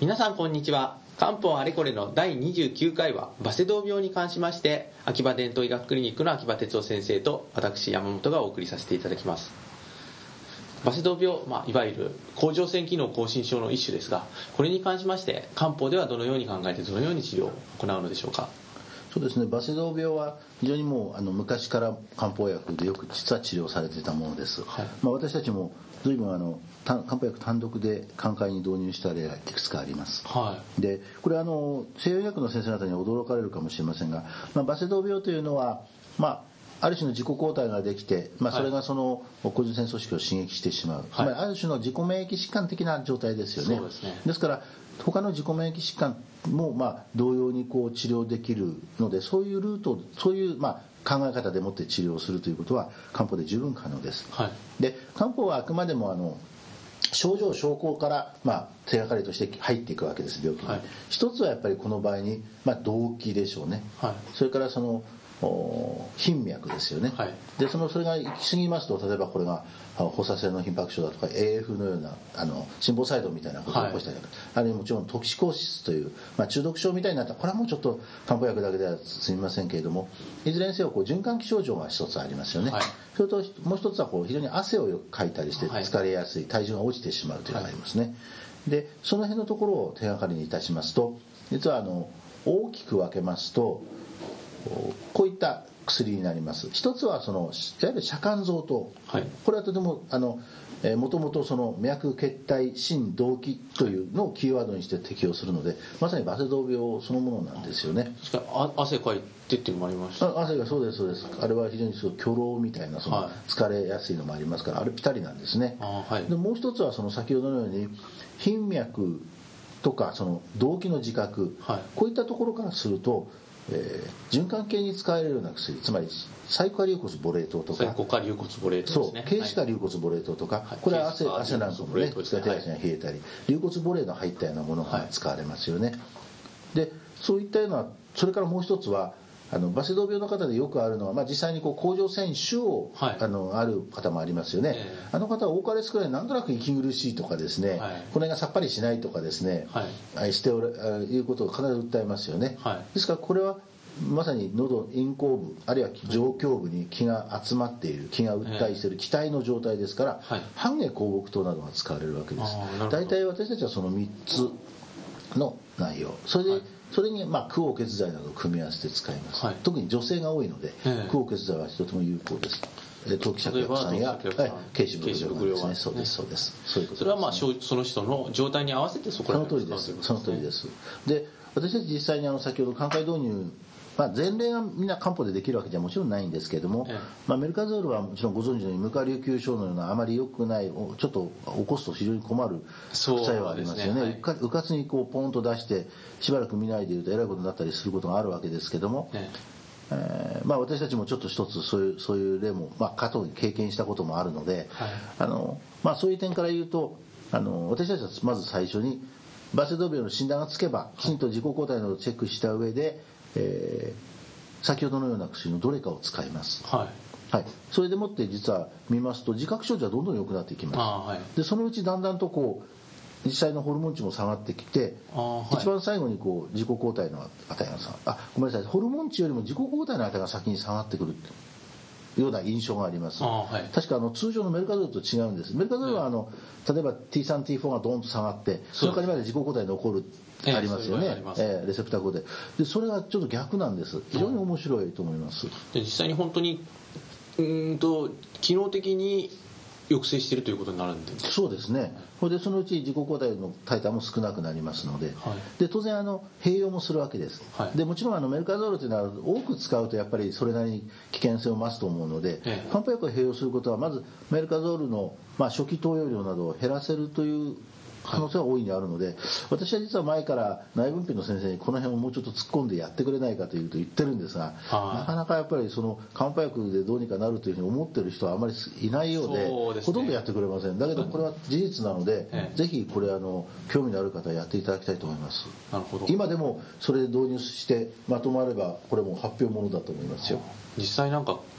皆さんこんにちは。漢方あれこれの第29回はバセドウ病に関しまして秋葉伝統医学クリニックの秋葉哲夫先生と私山本がお送りさせていただきます。バセドウ病、いわゆる甲状腺機能亢進症の一種ですが、これに関しまして漢方ではどのように考えてどのように治療を行うのでしょうか。 そうですね、バセドウ病は非常にもう昔から漢方薬でよく実は治療されていたものです、私たちも随分漢方薬単独で寛解に導入した例がいくつかあります、でこれは西洋医学の先生方には驚かれるかもしれませんが、バセドウ病というのは、ある種の自己抗体ができて、それがその甲状腺組織を刺激してしまう、ある種の自己免疫疾患的な状態ですよね。ですから他の自己免疫疾患も同様に治療できるので、そういうルート、そういう考え方でもって治療をするということは漢方で十分可能です、で漢方はあくまでも症状証拠から手がかりとして入っていくわけです、病気に、一つはやっぱりこの場合に動機でしょうね、それからその頻脈ですよね、でそれが行き過ぎますと、例えばこれが放射線の頻拍症だとか AF のような心房細動みたいなことを起こしたりとか、あるいはもちろんトキシコーシスという、中毒症みたいになったら、これはもうちょっと漢方薬だけでは済みませんけれども、いずれにせよ循環器症状が一つありますよね、それともう一つは非常に汗をよくかいたりして疲れやすい、体重が落ちてしまうというのがありますね、でその辺のところを手がかりにいたしますと、実は大きく分けますとこういった薬になります。一つはいわゆる遮間臓糖、これはとてももともと脈血体心動悸というのをキーワードにして適用するので、まさにバセドウ病そのものなんですよね。 汗かいてっていうのもありました。 汗がそうですそうです。あれは非常に虚労みたいな疲れやすいのもありますから、あれぴったりなんですね。でもう一つは先ほどのように頻脈とか動悸の自覚、こういったところからすると循環系に使えるような薬、つまりサイコカリウコスボレー糖とか、 サイコカリウコスボレー糖ですね、 軽視化硫骨ボレー糖とか、これは汗なんかもね、手足が冷えたり、硫骨ボレーの入ったようなものが使われますよね、でそういったような、それからもう一つはバセドウ病の方でよくあるのは、実際に甲状腺腫を、ある方もありますよね、あの方は多かれ少ないなんとなく息苦しいとかですね、これがさっぱりしないとかですね、いうことを必ず訴えますよね、ですからこれはまさに喉咽喉部あるいは上胸部に気が集まっている、気が訴えしている気体の状態ですから、半下香木糖などが使われるわけです。大体私たちはその3つの内容、それに苦黄血剤などを組み合わせて使います、特に女性が多いので苦黄血剤はとても有効です。当帰芍薬散や軽視ブルですね、そうですそうです、そういうことです、ね、 それはその人の状態に合わせてその通りです、 その通りです。で私たち実際に先ほど寛解導入、前例がみんな漢方でできるわけじゃもちろんないんですけれども、メルカゾールはもちろんご存知のように無下琉球症のようなあまり良くない、ちょっと起こすと非常に困る副作用がありますよね。うかつにポンと出してしばらく見ないでいるとえらいことになったりすることがあるわけですけども、私たちもちょっと一つそういう例も過去に経験したこともあるので、そういう点から言うと私たちはまず最初にバセドウ病の診断がつけばきちんと自己抗体などをチェックした上で、先ほどのような薬のどれかを使います、それでもって実は見ますと自覚症状はどんどん良くなっていきます、でそのうちだんだんと実際のホルモン値も下がってきて、一番最後に自己抗体の値がごめんなさい、ホルモン値よりも自己抗体の値が先に下がってくるような印象があります、確か通常のメルカゾールと違うんです。メルカゾールは例えば T3、T4 がドーンと下がってその代わりまで自己抗体残るありますよね、レセプター抗体で、それがちょっと逆なんです。非常に面白いと思います、 で実際に本当に機能的に抑制しているということになるんですか。 そうですね。でそのうち自己抗体のタイターも少なくなりますので、で当然併用もするわけです、でもちろんメルカゾールというのは多く使うとやっぱりそれなりに危険性を増すと思うので、漢方薬を併用することはまずメルカゾールの初期投与量などを減らせるという可能性は大いにあるので、私は実は前から内分泌の先生にこの辺をもうちょっと突っ込んでやってくれないかというと言ってるんですが、なかなかやっぱり漢方薬でどうにかなるというふうに思ってる人はあまりいないようで、ほとんどやってくれません。だけどこれは事実なので、ぜひこれ興味のある方はやっていただきたいと思います。 なるほど。 今でもそれで導入してまとまればこれも発表ものだと思いますよ。 実際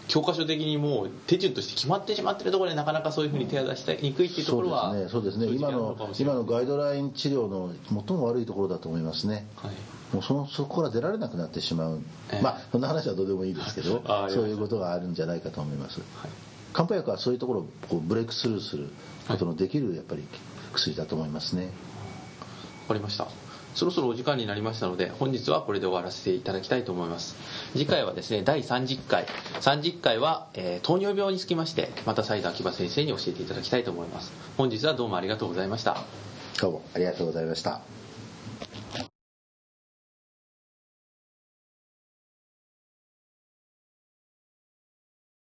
教科書的にもう手順として決まってしまっているところでなかなかそういうふうに手を出しにくいっていうところは、 そうですね今のガイドライン治療の最も悪いところだと思いますね、はい、もうそこから出られなくなってしまう、まあそんな話はどうでもいいですけどそういうことがあるんじゃないかと思います、はい、漢方薬はそういうところをこうブレイクスルーすることのできるやっぱり薬だと思いますね。 わかりました。そろそろお時間になりましたので本日はこれで終わらせていただきたいと思います。次回はですね第30回は、糖尿病につきましてまた再度秋葉先生に教えていただきたいと思います。本日はどうもありがとうございました。 どうもありがとうございました。